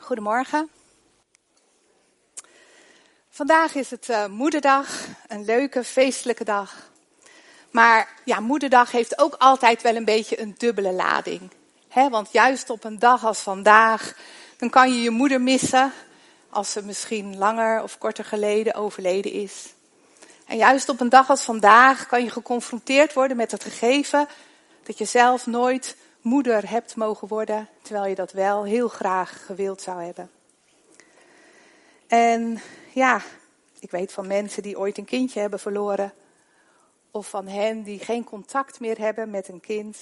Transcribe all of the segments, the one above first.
Goedemorgen. Vandaag is het Moederdag, een leuke, feestelijke dag. Maar ja, Moederdag heeft ook altijd wel een beetje een dubbele lading. Want juist op een dag als vandaag, dan kan je je moeder missen als ze misschien langer of korter geleden overleden is. En juist op een dag als vandaag kan je geconfronteerd worden met het gegeven dat je zelf nooit moeder hebt mogen worden, terwijl je dat wel heel graag gewild zou hebben. En ja, ik weet van mensen die ooit een kindje hebben verloren, of van hen die geen contact meer hebben met een kind.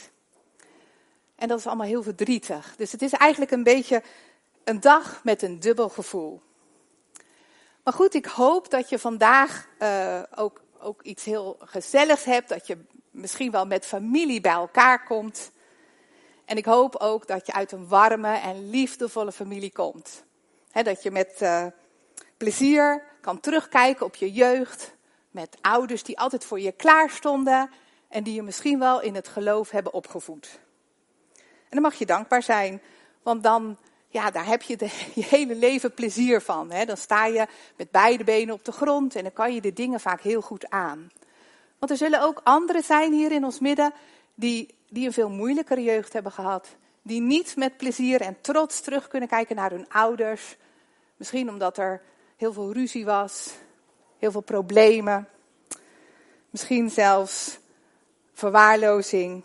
En dat is allemaal heel verdrietig. Dus het is eigenlijk een beetje een dag met een dubbel gevoel. Maar goed, ik hoop dat je vandaag ook iets heel gezelligs hebt, dat je misschien wel met familie bij elkaar komt. En ik hoop ook dat je uit een warme en liefdevolle familie komt. Dat je met plezier kan terugkijken op je jeugd. Met ouders die altijd voor je klaar stonden. En die je misschien wel in het geloof hebben opgevoed. En dan mag je dankbaar zijn. Want dan, ja, daar heb je je hele leven plezier van. Dan sta je met beide benen op de grond. En dan kan je de dingen vaak heel goed aan. Want er zullen ook anderen zijn hier in ons midden die een veel moeilijkere jeugd hebben gehad. Die niet met plezier en trots terug kunnen kijken naar hun ouders. Misschien omdat er heel veel ruzie was, heel veel problemen. Misschien zelfs verwaarlozing.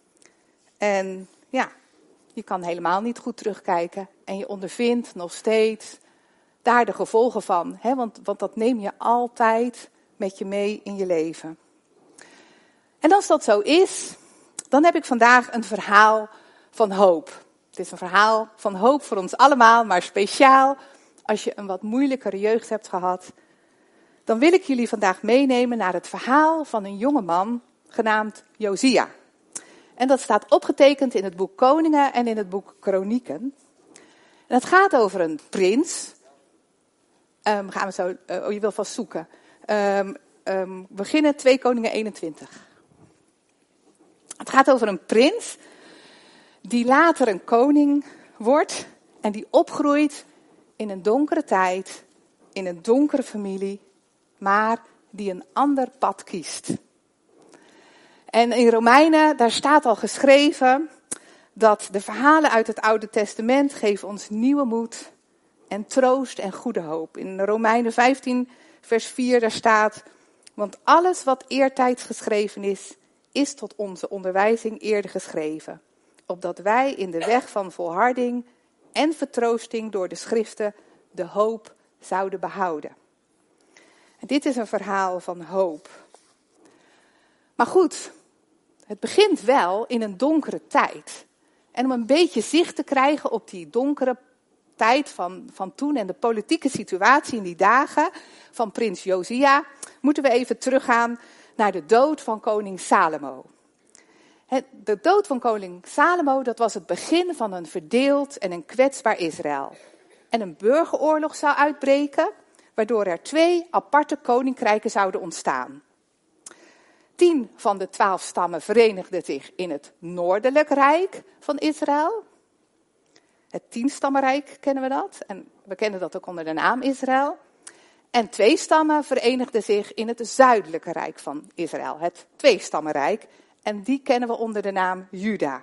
En ja, je kan helemaal niet goed terugkijken. En je ondervindt nog steeds daar de gevolgen van. Want dat neem je altijd met je mee in je leven. En als dat zo is, dan heb ik vandaag een verhaal van hoop. Het is een verhaal van hoop voor ons allemaal, maar speciaal als je een wat moeilijkere jeugd hebt gehad. Dan wil ik jullie vandaag meenemen naar het verhaal van een jonge man genaamd Josia. En dat staat opgetekend in het boek Koningen en in het boek Kronieken. En het gaat over een prins. Gaan we zo, je wil vast zoeken. We beginnen 2 Koningen 21. Het gaat over een prins die later een koning wordt en die opgroeit in een donkere tijd, in een donkere familie, maar die een ander pad kiest. En in Romeinen, daar staat al geschreven dat de verhalen uit het Oude Testament geven ons nieuwe moed en troost en goede hoop. In Romeinen 15 vers 4 daar staat, want alles wat eertijds geschreven is tot onze onderwijzing eerder geschreven, opdat wij in de weg van volharding en vertroosting door de schriften de hoop zouden behouden. En dit is een verhaal van hoop. Maar goed, het begint wel in een donkere tijd. En om een beetje zicht te krijgen op die donkere tijd van toen en de politieke situatie in die dagen van prins Josia, moeten we even teruggaan naar de dood van koning Salomo. De dood van koning Salomo, dat was het begin van een verdeeld en een kwetsbaar Israël. En een burgeroorlog zou uitbreken, waardoor er 2 aparte koninkrijken zouden ontstaan. 10 van de 12 stammen verenigden zich in het noordelijk rijk van Israël. Het 10-stammenrijk kennen we dat. En we kennen dat ook onder de naam Israël. En 2 stammen verenigden zich in het zuidelijke rijk van Israël. Het 2-stammenrijk. En die kennen we onder de naam Juda.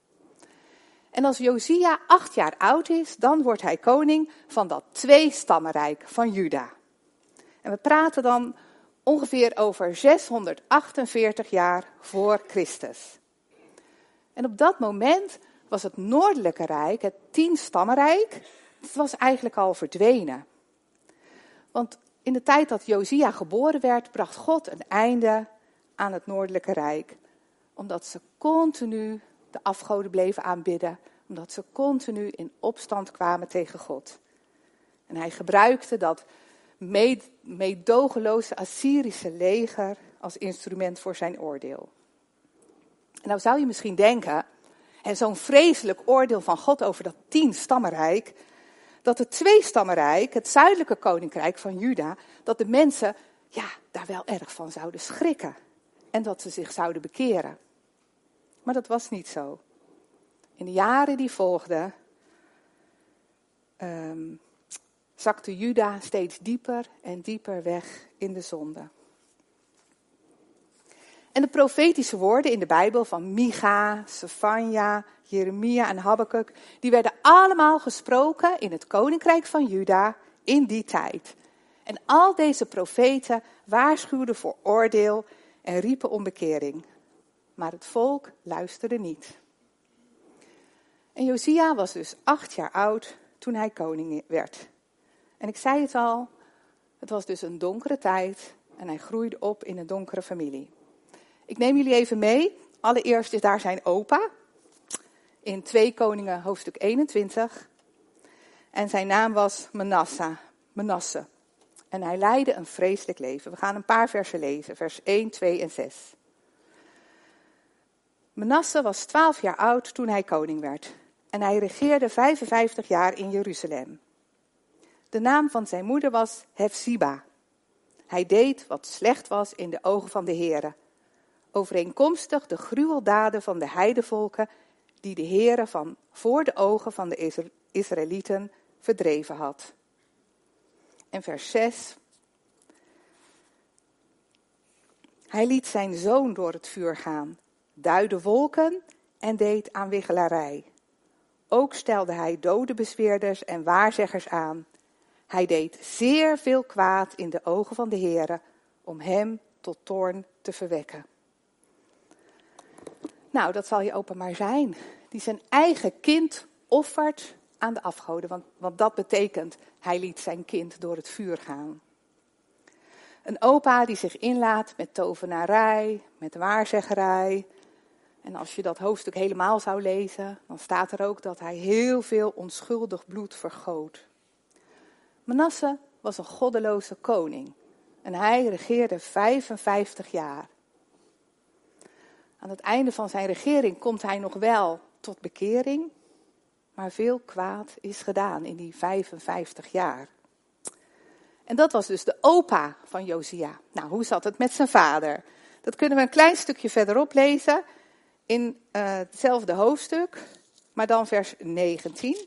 En als Josia 8 jaar oud is, dan wordt hij koning van dat 2-stammenrijk van Juda. En we praten dan ongeveer over 648 jaar voor Christus. En op dat moment was het noordelijke rijk, het 10-stammenrijk, het was eigenlijk al verdwenen. Want in de tijd dat Josia geboren werd, bracht God een einde aan het noordelijke rijk. Omdat ze continu de afgoden bleven aanbidden. Omdat ze continu in opstand kwamen tegen God. En hij gebruikte dat meedogenloze Assyrische leger als instrument voor zijn oordeel. En nou zou je misschien denken, en zo'n vreselijk oordeel van God over dat 10-stammenrijk, dat het 2-stammenrijk, het zuidelijke koninkrijk van Juda, dat de mensen daar wel erg van zouden schrikken. En dat ze zich zouden bekeren. Maar dat was niet zo. In de jaren die volgden zakte Juda steeds dieper en dieper weg in de zonde. En de profetische woorden in de Bijbel van Micha, Sefanja, Jeremia en Habakuk, die werden allemaal gesproken in het koninkrijk van Juda in die tijd. En al deze profeten waarschuwden voor oordeel en riepen om bekering. Maar het volk luisterde niet. En Josia was dus 8 jaar oud toen hij koning werd. En ik zei het al, het was dus een donkere tijd en hij groeide op in een donkere familie. Ik neem jullie even mee. Allereerst is daar zijn opa. In 2 Koningen hoofdstuk 21. En zijn naam was Manasse. En hij leidde een vreselijk leven. We gaan een paar versen lezen. Vers 1, 2 en 6. Manasse was 12 jaar oud toen hij koning werd. En hij regeerde 55 jaar in Jeruzalem. De naam van zijn moeder was Hefziba. Hij deed wat slecht was in de ogen van de Heere. Overeenkomstig de gruweldaden van de heidevolken die de Heere van voor de ogen van de Israëlieten verdreven had. En vers 6. Hij liet zijn zoon door het vuur gaan, duidde wolken en deed aanwiggelarij. Ook stelde hij dodenbezweerders en waarzeggers aan. Hij deed zeer veel kwaad in de ogen van de Heere om hem tot toorn te verwekken. Nou, dat zal je opa maar zijn. Die zijn eigen kind offert aan de afgoden. Want dat betekent, hij liet zijn kind door het vuur gaan. Een opa die zich inlaat met tovenarij, met waarzeggerij. En als je dat hoofdstuk helemaal zou lezen, dan staat er ook dat hij heel veel onschuldig bloed vergoot. Manasse was een goddeloze koning. En hij regeerde 55 jaar. Aan het einde van zijn regering komt hij nog wel tot bekering. Maar veel kwaad is gedaan in die 55 jaar. En dat was dus de opa van Josia. Nou, hoe zat het met zijn vader? Dat kunnen we een klein stukje verderop lezen in hetzelfde hoofdstuk, maar dan vers 19.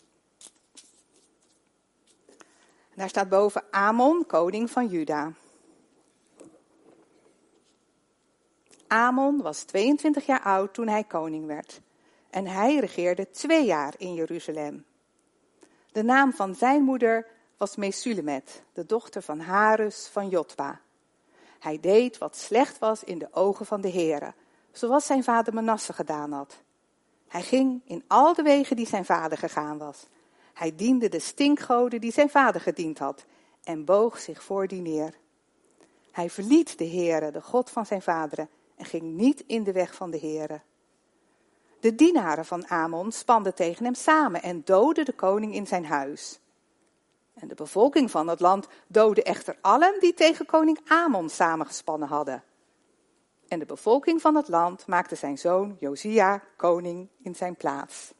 En daar staat boven Amon, koning van Juda. Amon was 22 jaar oud toen hij koning werd. En hij regeerde 2 jaar in Jeruzalem. De naam van zijn moeder was Mesulemet, de dochter van Harus van Jotba. Hij deed wat slecht was in de ogen van de Heere, zoals zijn vader Manasse gedaan had. Hij ging in al de wegen die zijn vader gegaan was. Hij diende de stinkgoden die zijn vader gediend had en boog zich voor die neer. Hij verliet de Heere, de God van zijn vaderen, en ging niet in de weg van de Heere. De dienaren van Amon spanden tegen hem samen en doodden de koning in zijn huis. En de bevolking van het land doodde echter allen die tegen koning Amon samengespannen hadden. En de bevolking van het land maakte zijn zoon Josia koning in zijn plaats.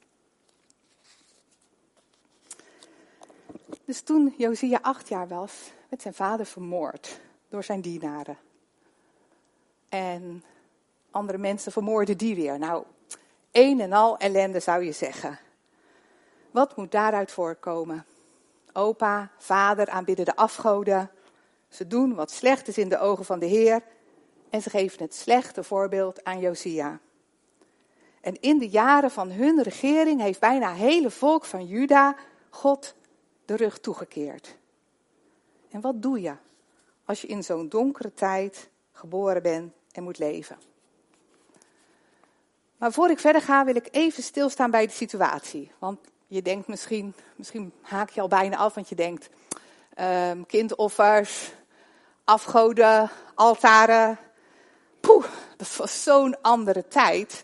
Dus toen Josia 8 jaar was, werd zijn vader vermoord door zijn dienaren. En andere mensen vermoorden die weer. Nou, een en al ellende zou je zeggen. Wat moet daaruit voorkomen? Opa, vader aanbidden de afgoden. Ze doen wat slecht is in de ogen van de Heer. En ze geven het slechte voorbeeld aan Josia. En in de jaren van hun regering heeft bijna het hele volk van Juda God de rug toegekeerd. En wat doe je als je in zo'n donkere tijd geboren bent en moet leven? Maar voor ik verder ga wil ik even stilstaan bij de situatie. Want je denkt misschien haak je al bijna af, want je denkt kindoffers, afgoden, altaren. Poeh, dat was zo'n andere tijd.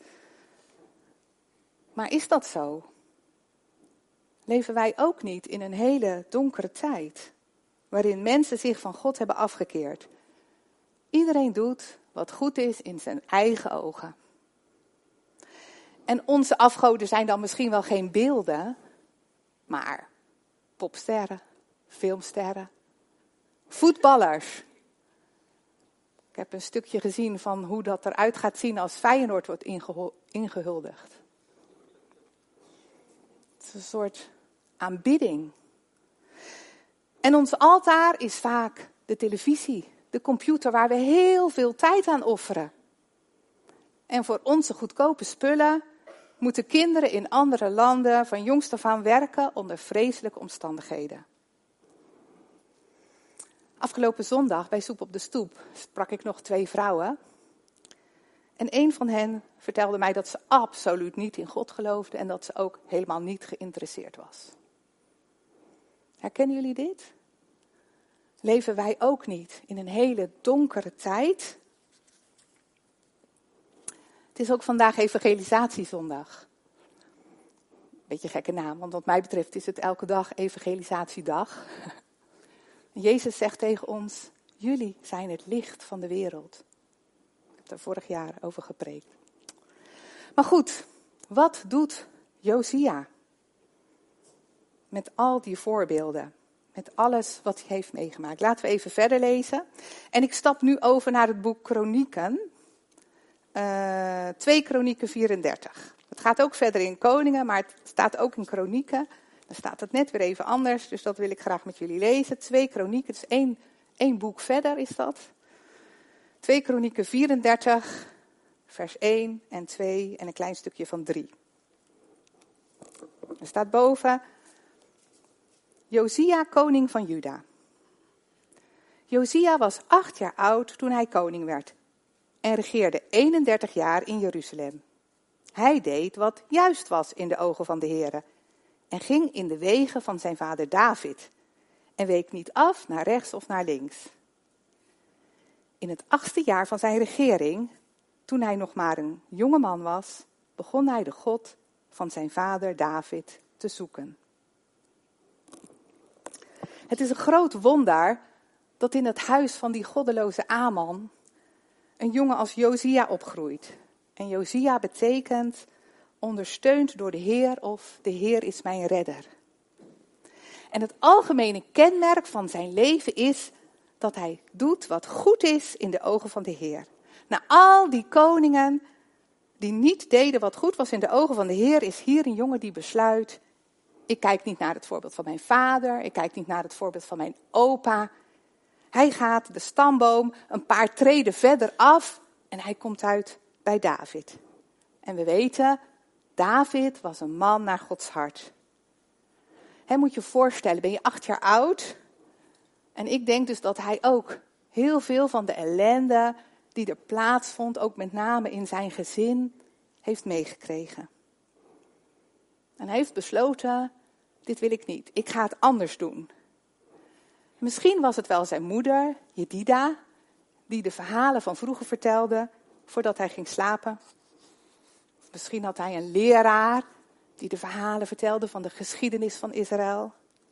Maar is dat zo? Leven wij ook niet in een hele donkere tijd, waarin mensen zich van God hebben afgekeerd? Iedereen doet wat goed is in zijn eigen ogen. En onze afgoden zijn dan misschien wel geen beelden, maar popsterren, filmsterren, voetballers. Ik heb een stukje gezien van hoe dat eruit gaat zien als Feyenoord wordt ingehuldigd. Het is een soort aanbidding. En ons altaar is vaak de televisie, de computer waar we heel veel tijd aan offeren. En voor onze goedkope spullen moeten kinderen in andere landen van jongs af aan werken onder vreselijke omstandigheden. Afgelopen zondag bij Soep op de Stoep sprak ik nog 2 vrouwen. En een van hen vertelde mij dat ze absoluut niet in God geloofde en dat ze ook helemaal niet geïnteresseerd was. Herkennen jullie dit? Leven wij ook niet in een hele donkere tijd? Het is ook vandaag evangelisatiezondag. Beetje gekke naam, want wat mij betreft is het elke dag evangelisatiedag. Jezus zegt tegen ons, jullie zijn het licht van de wereld. Ik heb daar vorig jaar over gepreekt. Maar goed, wat doet Josia? Met al die voorbeelden. Met alles wat hij heeft meegemaakt. Laten we even verder lezen. En ik stap nu over naar het boek Kronieken. 2 Kronieken 34. Het gaat ook verder in Koningen, maar het staat ook in Kronieken. Dan staat het net weer even anders, dus dat wil ik graag met jullie lezen. 2 Kronieken, dus één boek verder is dat. 2 Kronieken 34, vers 1 en 2 en een klein stukje van 3. Er staat boven, Josia, koning van Juda. Josia was 8 jaar oud toen hij koning werd en regeerde 31 jaar in Jeruzalem. Hij deed wat juist was in de ogen van de Heere en ging in de wegen van zijn vader David en week niet af naar rechts of naar links. In het 8e jaar van zijn regering, toen hij nog maar een jonge man was, begon hij de God van zijn vader David te zoeken. Het is een groot wonder dat in het huis van die goddeloze Aman een jongen als Josia opgroeit. En Josia betekent ondersteund door de Heer of de Heer is mijn redder. En het algemene kenmerk van zijn leven is dat hij doet wat goed is in de ogen van de Heer. Na al die koningen die niet deden wat goed was in de ogen van de Heer, is hier een jongen die besluit, ik kijk niet naar het voorbeeld van mijn vader, ik kijk niet naar het voorbeeld van mijn opa. Hij gaat de stamboom een paar treden verder af en hij komt uit bij David. En we weten, David was een man naar Gods hart. Moet je je voorstellen, ben je 8 jaar oud? En ik denk dus dat hij ook heel veel van de ellende die er plaatsvond, ook met name in zijn gezin, heeft meegekregen. En hij heeft besloten, dit wil ik niet, ik ga het anders doen. Misschien was het wel zijn moeder, Jedida, die de verhalen van vroeger vertelde voordat hij ging slapen. Misschien had hij een leraar die de verhalen vertelde van de geschiedenis van Israël.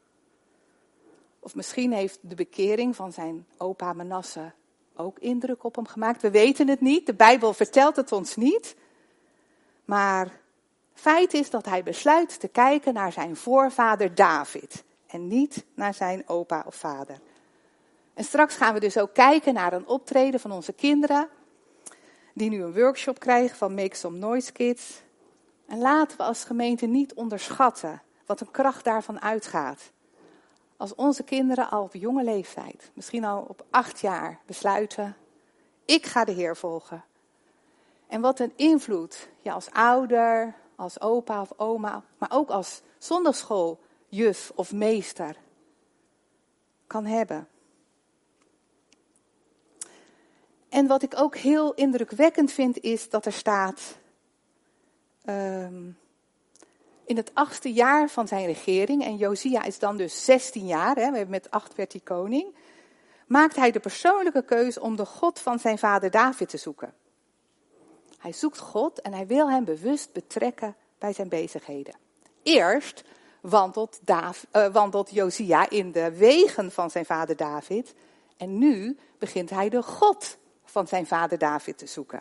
Of misschien heeft de bekering van zijn opa Manasse ook indruk op hem gemaakt. We weten het niet, de Bijbel vertelt het ons niet. Maar feit is dat hij besluit te kijken naar zijn voorvader David en niet naar zijn opa of vader. En straks gaan we dus ook kijken naar een optreden van onze kinderen, die nu een workshop krijgen van Make Some Noise Kids. En laten we als gemeente niet onderschatten wat een kracht daarvan uitgaat. Als onze kinderen al op jonge leeftijd, misschien al op 8 jaar, besluiten, ik ga de Heer volgen. En wat een invloed je als ouder, als opa of oma, maar ook als zondagschooljuf of meester kan hebben. En wat ik ook heel indrukwekkend vind is dat er staat, in het 8e jaar van zijn regering, en Josia is dan dus 16 jaar, met 8 werd hij koning, maakt hij de persoonlijke keuze om de God van zijn vader David te zoeken. Hij zoekt God en hij wil hem bewust betrekken bij zijn bezigheden. Eerst wandelt Josia in de wegen van zijn vader David en nu begint hij de God van zijn vader David te zoeken.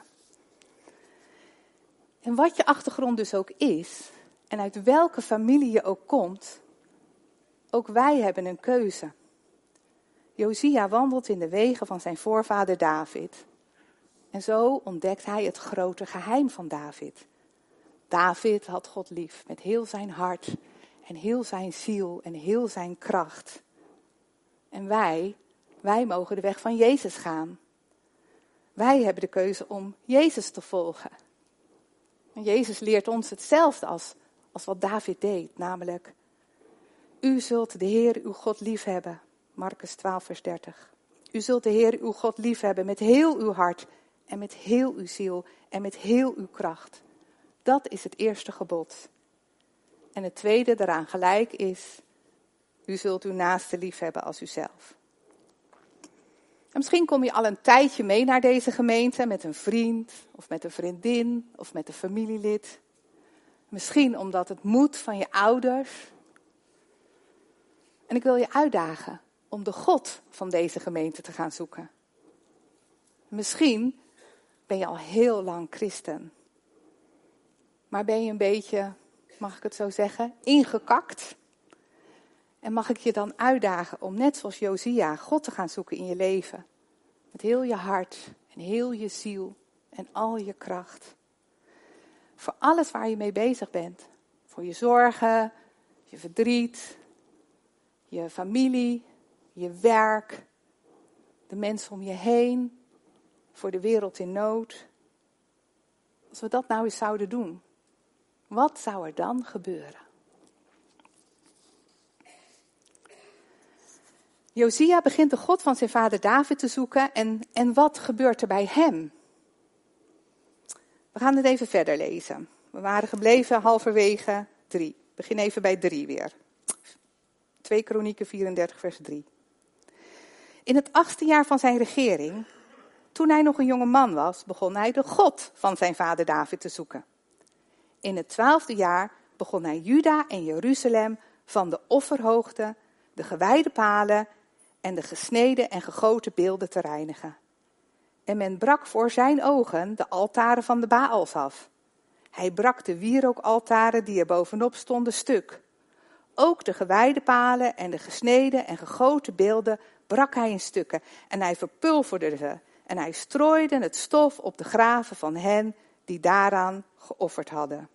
En wat je achtergrond dus ook is, en uit welke familie je ook komt, ook wij hebben een keuze. Josia wandelt in de wegen van zijn voorvader David. En zo ontdekt hij het grote geheim van David. David had God lief met heel zijn hart en heel zijn ziel en heel zijn kracht. En wij mogen de weg van Jezus gaan. Wij hebben de keuze om Jezus te volgen. En Jezus leert ons hetzelfde als wat David deed, namelijk: u zult de Heer uw God liefhebben. Markus 12 vers 30. U zult de Heer uw God liefhebben met heel uw hart en met heel uw ziel en met heel uw kracht. Dat is het eerste gebod. En het tweede daaraan gelijk is: u zult uw naaste liefhebben als uzelf. En misschien kom je al een tijdje mee naar deze gemeente met een vriend of met een vriendin of met een familielid. Misschien omdat het moet van je ouders. En ik wil je uitdagen om de God van deze gemeente te gaan zoeken. Misschien ben je al heel lang christen. Maar ben je een beetje, mag ik het zo zeggen, ingekakt? En mag ik je dan uitdagen om net zoals Josia God te gaan zoeken in je leven. Met heel je hart en heel je ziel en al je kracht. Voor alles waar je mee bezig bent. Voor je zorgen, je verdriet, je familie, je werk, de mensen om je heen, voor de wereld in nood. Als we dat nou eens zouden doen, wat zou er dan gebeuren? Josia begint de God van zijn vader David te zoeken en wat gebeurt er bij hem? We gaan het even verder lezen. We waren gebleven halverwege 3. Begin even bij 3 weer. 2 Kronieken 34 vers 3. In het 8e jaar van zijn regering, toen hij nog een jonge man was, begon hij de God van zijn vader David te zoeken. In het 12e jaar begon hij Juda en Jeruzalem van de offerhoogte, de gewijde palen en de gesneden en gegoten beelden te reinigen. En men brak voor zijn ogen de altaren van de Baals af. Hij brak de wierookaltaren die er bovenop stonden stuk. Ook de gewijde palen en de gesneden en gegoten beelden brak hij in stukken. En hij verpulverde ze. En hij strooide het stof op de graven van hen die daaraan geofferd hadden.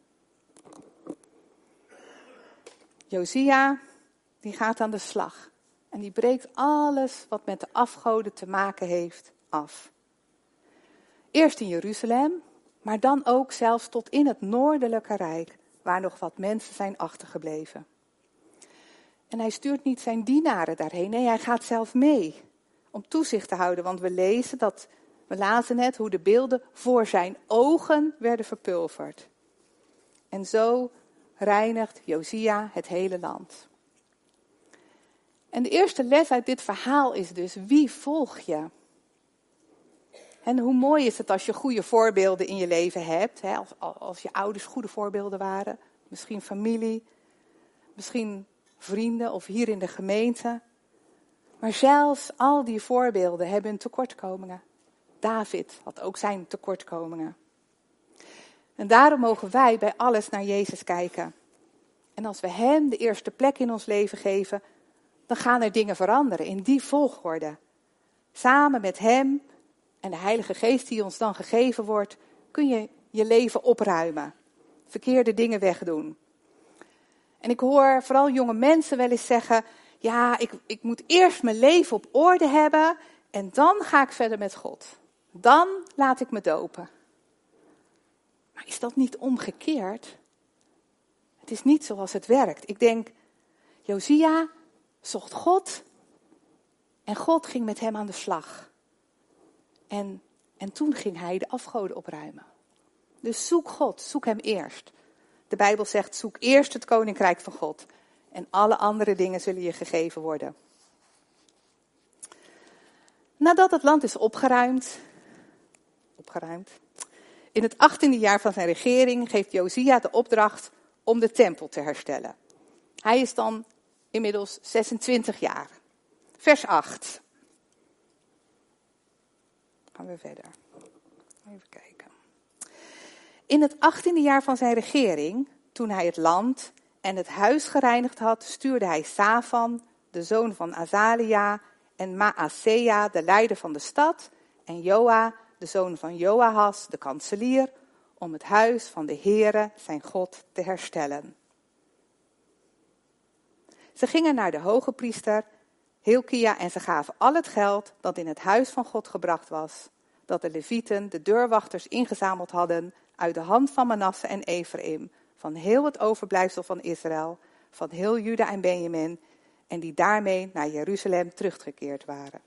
Josia, die gaat aan de slag. En die breekt alles wat met de afgoden te maken heeft af. Eerst in Jeruzalem, maar dan ook zelfs tot in het noordelijke rijk, waar nog wat mensen zijn achtergebleven. En hij stuurt niet zijn dienaren daarheen, nee, hij gaat zelf mee om toezicht te houden. Want we lazen net hoe de beelden voor zijn ogen werden verpulverd. En zo reinigt Josia het hele land. En de eerste les uit dit verhaal is dus: wie volg je? En hoe mooi is het als je goede voorbeelden in je leven hebt. Hè? Als je ouders goede voorbeelden waren. Misschien familie. Misschien vrienden of hier in de gemeente. Maar zelfs al die voorbeelden hebben hun tekortkomingen. David had ook zijn tekortkomingen. En daarom mogen wij bij alles naar Jezus kijken. En als we hem de eerste plek in ons leven geven, dan gaan er dingen veranderen in die volgorde. Samen met hem en de Heilige Geest die ons dan gegeven wordt, kun je je leven opruimen. Verkeerde dingen wegdoen. En ik hoor vooral jonge mensen wel eens zeggen: ja, ik moet eerst mijn leven op orde hebben en dan ga ik verder met God. Dan laat ik me dopen. Maar is dat niet omgekeerd? Het is niet zoals het werkt. Ik denk, Josia zocht God en God ging met hem aan de slag. En toen ging hij de afgoden opruimen. Dus zoek God, zoek hem eerst. De Bijbel zegt: zoek eerst het koninkrijk van God. En alle andere dingen zullen je gegeven worden. Nadat het land is opgeruimd. In het 18e jaar van zijn regering geeft Josia de opdracht om de tempel te herstellen. Hij is dan inmiddels 26 jaar. Vers 8. Gaan we verder. Even kijken. In het 18e jaar van zijn regering, toen hij het land en het huis gereinigd had, stuurde hij Safan, de zoon van Azalia, en Maasea, de leider van de stad, en Joa, de zoon van Joahas, de kanselier, om het huis van de Heere, zijn God, te herstellen. Ze gingen naar de hoge priester Hilkia en ze gaven al het geld dat in het huis van God gebracht was, dat de levieten, de deurwachters, ingezameld hadden uit de hand van Manasse en Ephraim, van heel het overblijfsel van Israël, van heel Juda en Benjamin, en die daarmee naar Jeruzalem teruggekeerd waren.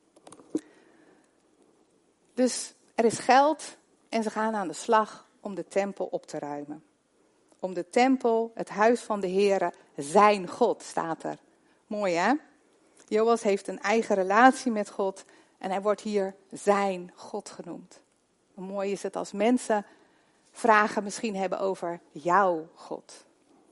Dus er is geld en ze gaan aan de slag om de tempel op te ruimen. Om de tempel, het huis van de Heere, zijn God, staat er. Mooi hè? Joas heeft een eigen relatie met God en hij wordt hier zijn God genoemd. Hoe mooi is het als mensen vragen misschien hebben over jouw God.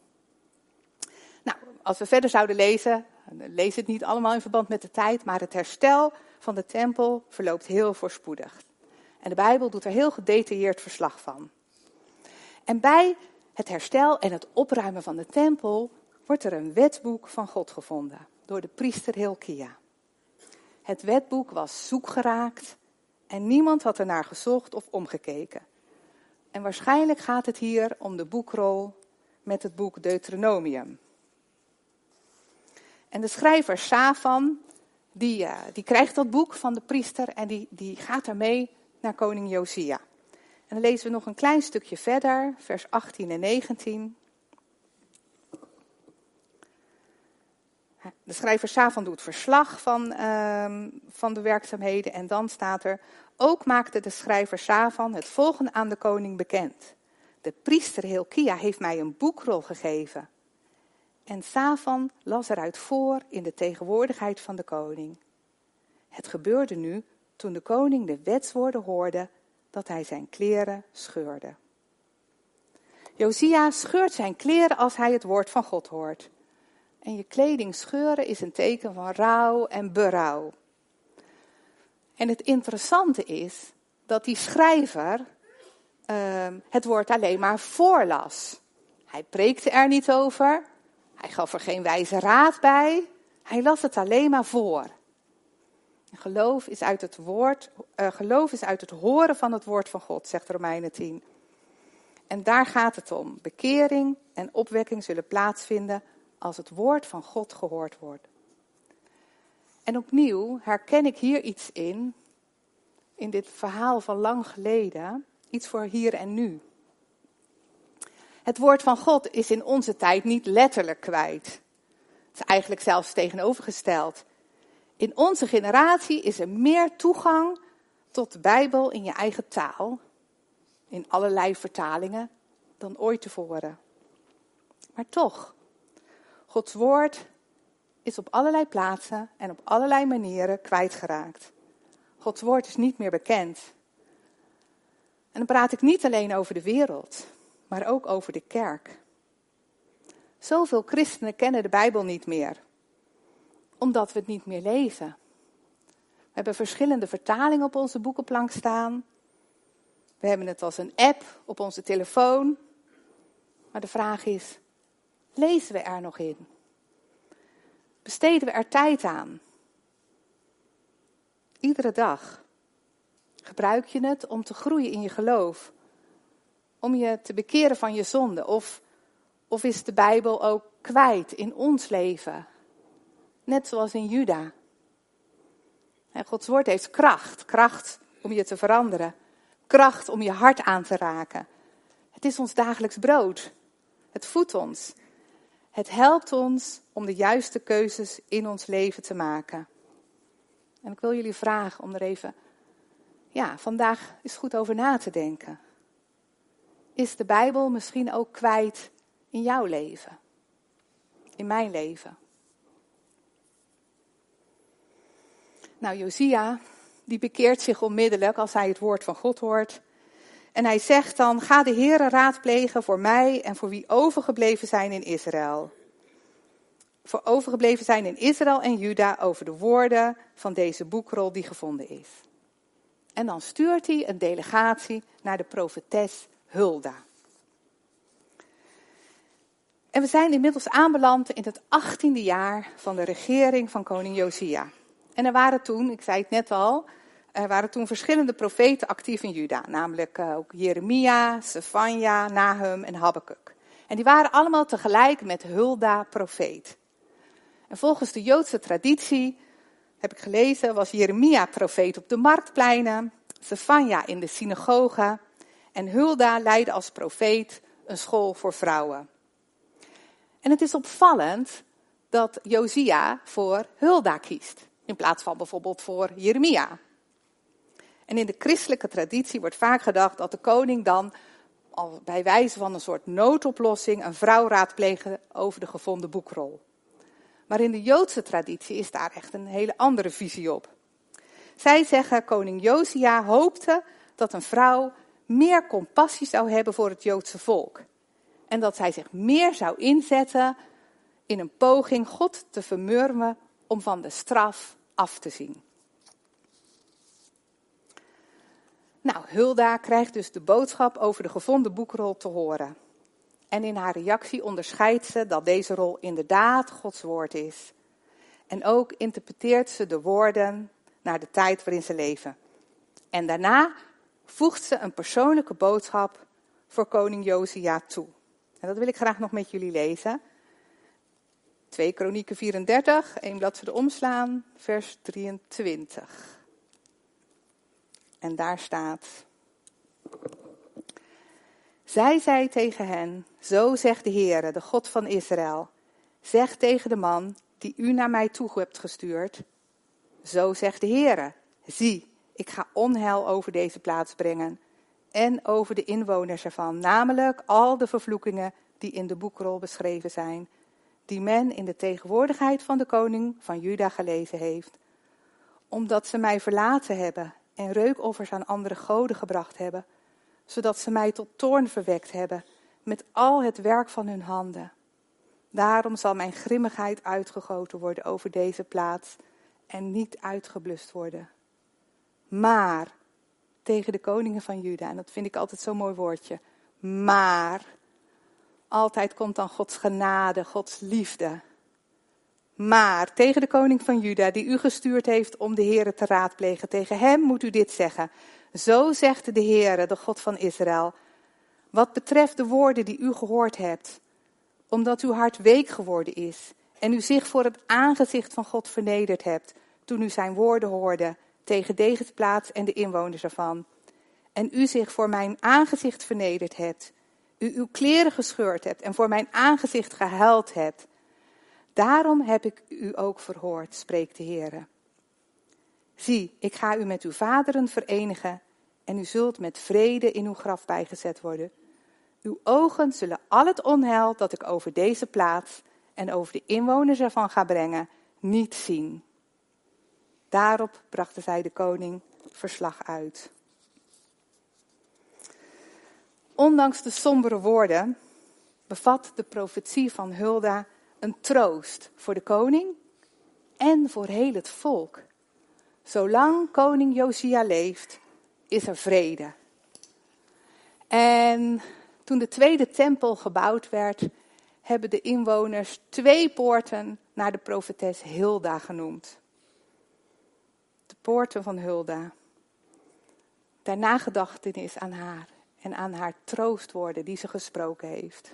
Nou, als we verder zouden lezen, lees het niet allemaal in verband met de tijd, maar het herstel van de tempel verloopt heel voorspoedig. En de Bijbel doet er heel gedetailleerd verslag van. En bij het herstel en het opruimen van de tempel wordt er een wetboek van God gevonden door de priester Hilkia. Het wetboek was zoek geraakt en niemand had ernaar gezocht of omgekeken. En waarschijnlijk gaat het hier om de boekrol met het boek Deuteronomium. En de schrijver Safan, die krijgt dat boek van de priester en die gaat ermee naar koning Josia. En dan lezen we nog een klein stukje verder, vers 18 en 19. De schrijver Safan doet verslag van de werkzaamheden en dan staat er: ook maakte de schrijver Safan het volgende aan de koning bekend. De priester Hilkia heeft mij een boekrol gegeven. En Safan las eruit voor in de tegenwoordigheid van de koning. Het gebeurde nu, toen de koning de wetswoorden hoorde, dat hij zijn kleren scheurde. Josia scheurt zijn kleren als hij het woord van God hoort. En je kleding scheuren is een teken van rouw en berouw. En het interessante is dat die schrijver het woord alleen maar voorlas. Hij preekte er niet over. Hij gaf er geen wijze raad bij. Hij las het alleen maar voor. Geloof is uit het horen van het woord van God, zegt Romeinen 10. En daar gaat het om. Bekering en opwekking zullen plaatsvinden als het woord van God gehoord wordt. En opnieuw herken ik hier iets in dit verhaal van lang geleden, iets voor hier en nu. Het woord van God is in onze tijd niet letterlijk kwijt. Het is eigenlijk zelfs tegenovergesteld. In onze generatie is er meer toegang tot de Bijbel in je eigen taal, in allerlei vertalingen, dan ooit tevoren. Maar toch, Gods woord is op allerlei plaatsen en op allerlei manieren kwijtgeraakt. Gods woord is niet meer bekend. En dan praat ik niet alleen over de wereld, maar ook over de kerk. Zoveel christenen kennen de Bijbel niet meer, omdat we het niet meer lezen. We hebben verschillende vertalingen op onze boekenplank staan. We hebben het als een app op onze telefoon. Maar de vraag is, lezen we er nog in? Besteden we er tijd aan? Iedere dag. Gebruik je het om te groeien in je geloof? Om je te bekeren van je zonde? Of is de Bijbel ook kwijt in ons leven? Net zoals in Juda. En Gods woord heeft kracht. Kracht om je te veranderen. Kracht om je hart aan te raken. Het is ons dagelijks brood. Het voedt ons. Het helpt ons om de juiste keuzes in ons leven te maken. En ik wil jullie vragen om er even, vandaag eens goed over na te denken. Is de Bijbel misschien ook kwijt in jouw leven? In mijn leven? Nou, Josia, die bekeert zich onmiddellijk als hij het woord van God hoort. En hij zegt dan, ga de Heere raadplegen voor mij en voor wie overgebleven zijn in Israël. Voor overgebleven zijn in Israël en Juda over de woorden van deze boekrol die gevonden is. En dan stuurt hij een delegatie naar de profetes Hulda. En we zijn inmiddels aanbeland in het 18e jaar van de regering van koning Josia. En er waren toen, ik zei het net al, verschillende profeten actief in Juda. Namelijk ook Jeremia, Sefanja, Nahum en Habakuk. En die waren allemaal tegelijk met Hulda profeet. En volgens de Joodse traditie, heb ik gelezen, was Jeremia profeet op de marktpleinen, Zefanja in de synagoge en Hulda leidde als profeet een school voor vrouwen. En het is opvallend dat Josia voor Hulda kiest, in plaats van bijvoorbeeld voor Jeremia. En in de christelijke traditie wordt vaak gedacht dat de koning dan al bij wijze van een soort noodoplossing een vrouw raadplegen over de gevonden boekrol. Maar in de Joodse traditie is daar echt een hele andere visie op. Zij zeggen, koning Josia hoopte dat een vrouw meer compassie zou hebben voor het Joodse volk. En dat zij zich meer zou inzetten in een poging God te vermurwen om van de straf af te zien. Nou, Hulda krijgt dus de boodschap over de gevonden boekrol te horen. En in haar reactie onderscheidt ze dat deze rol inderdaad Gods woord is. En ook interpreteert ze de woorden naar de tijd waarin ze leven. En daarna voegt ze een persoonlijke boodschap voor koning Josia toe. En dat wil ik graag nog met jullie lezen. 2 Kronieken 34, 1 bladzijde omslaan, vers 23. En daar staat: Zij zei tegen hen, zo zegt de Heere, de God van Israël. Zeg tegen de man die u naar mij toe hebt gestuurd. Zo zegt de Heere, zie, ik ga onheil over deze plaats brengen. En over de inwoners ervan, namelijk al de vervloekingen die in de boekrol beschreven zijn. Die men in de tegenwoordigheid van de koning van Juda gelezen heeft. Omdat ze mij verlaten hebben en reukoffers aan andere goden gebracht hebben, zodat ze mij tot toorn verwekt hebben met al het werk van hun handen. Daarom zal mijn grimmigheid uitgegoten worden over deze plaats en niet uitgeblust worden. Maar, tegen de koningen van Juda, en dat vind ik altijd zo'n mooi woordje, maar, altijd komt dan Gods genade, Gods liefde. Maar tegen de koning van Juda, die u gestuurd heeft om de Heere te raadplegen, tegen hem moet u dit zeggen. Zo zegt de Heere, de God van Israël, wat betreft de woorden die u gehoord hebt, omdat uw hart week geworden is en u zich voor het aangezicht van God vernederd hebt, toen u zijn woorden hoorde tegen deze plaats en de inwoners ervan. En u zich voor mijn aangezicht vernederd hebt, u uw kleren gescheurd hebt en voor mijn aangezicht gehuild hebt. Daarom heb ik u ook verhoord, spreekt de Heere. Zie, ik ga u met uw vaderen verenigen en u zult met vrede in uw graf bijgezet worden. Uw ogen zullen al het onheil dat ik over deze plaats en over de inwoners ervan ga brengen, niet zien. Daarop brachten zij de koning verslag uit. Ondanks de sombere woorden bevat de profetie van Hulda een troost voor de koning en voor heel het volk. Zolang koning Josia leeft, is er vrede. En toen de tweede tempel gebouwd werd, hebben de inwoners 2 poorten naar de profetes Hulda genoemd. De poorten van Hulda. Ter nagedachtenis aan haar en aan haar troostwoorden die ze gesproken heeft.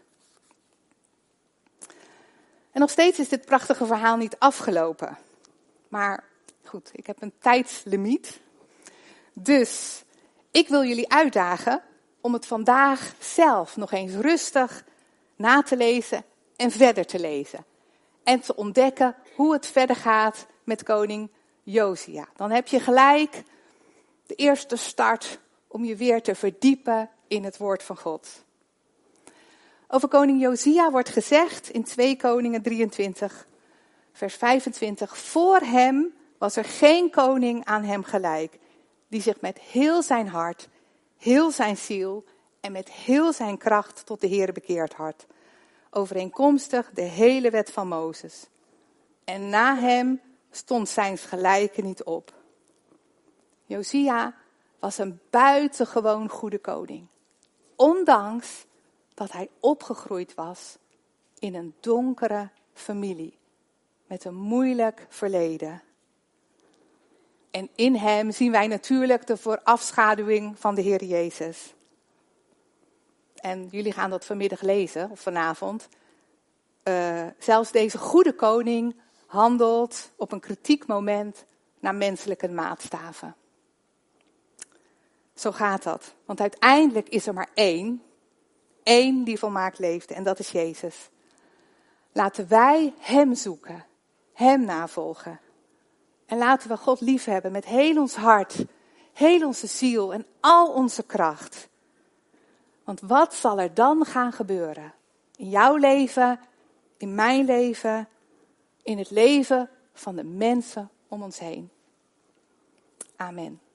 En nog steeds is dit prachtige verhaal niet afgelopen. Maar goed, ik heb een tijdslimiet. Dus ik wil jullie uitdagen om het vandaag zelf nog eens rustig na te lezen en verder te lezen. En te ontdekken hoe het verder gaat met koning Josia. Dan heb je gelijk de eerste start om je weer te verdiepen in het woord van God. Over koning Josia wordt gezegd in 2 Koningen 23, vers 25. Voor hem was er geen koning aan hem gelijk, die zich met heel zijn hart, heel zijn ziel en met heel zijn kracht tot de Heere bekeerd had. Overeenkomstig de hele wet van Mozes. En na hem stond zijns gelijke niet op. Josia was een buitengewoon goede koning. Ondanks dat hij opgegroeid was in een donkere familie. Met een moeilijk verleden. En in hem zien wij natuurlijk de voorafschaduwing van de Heer Jezus. En jullie gaan dat vanmiddag lezen, of vanavond. Zelfs deze goede koning handelt op een kritiek moment naar menselijke maatstaven. Zo gaat dat. Want uiteindelijk is er maar één die volmaakt leefde en dat is Jezus. Laten wij hem zoeken, hem navolgen. En laten we God liefhebben met heel ons hart, heel onze ziel en al onze kracht. Want wat zal er dan gaan gebeuren? In jouw leven, in mijn leven, in het leven van de mensen om ons heen. Amen.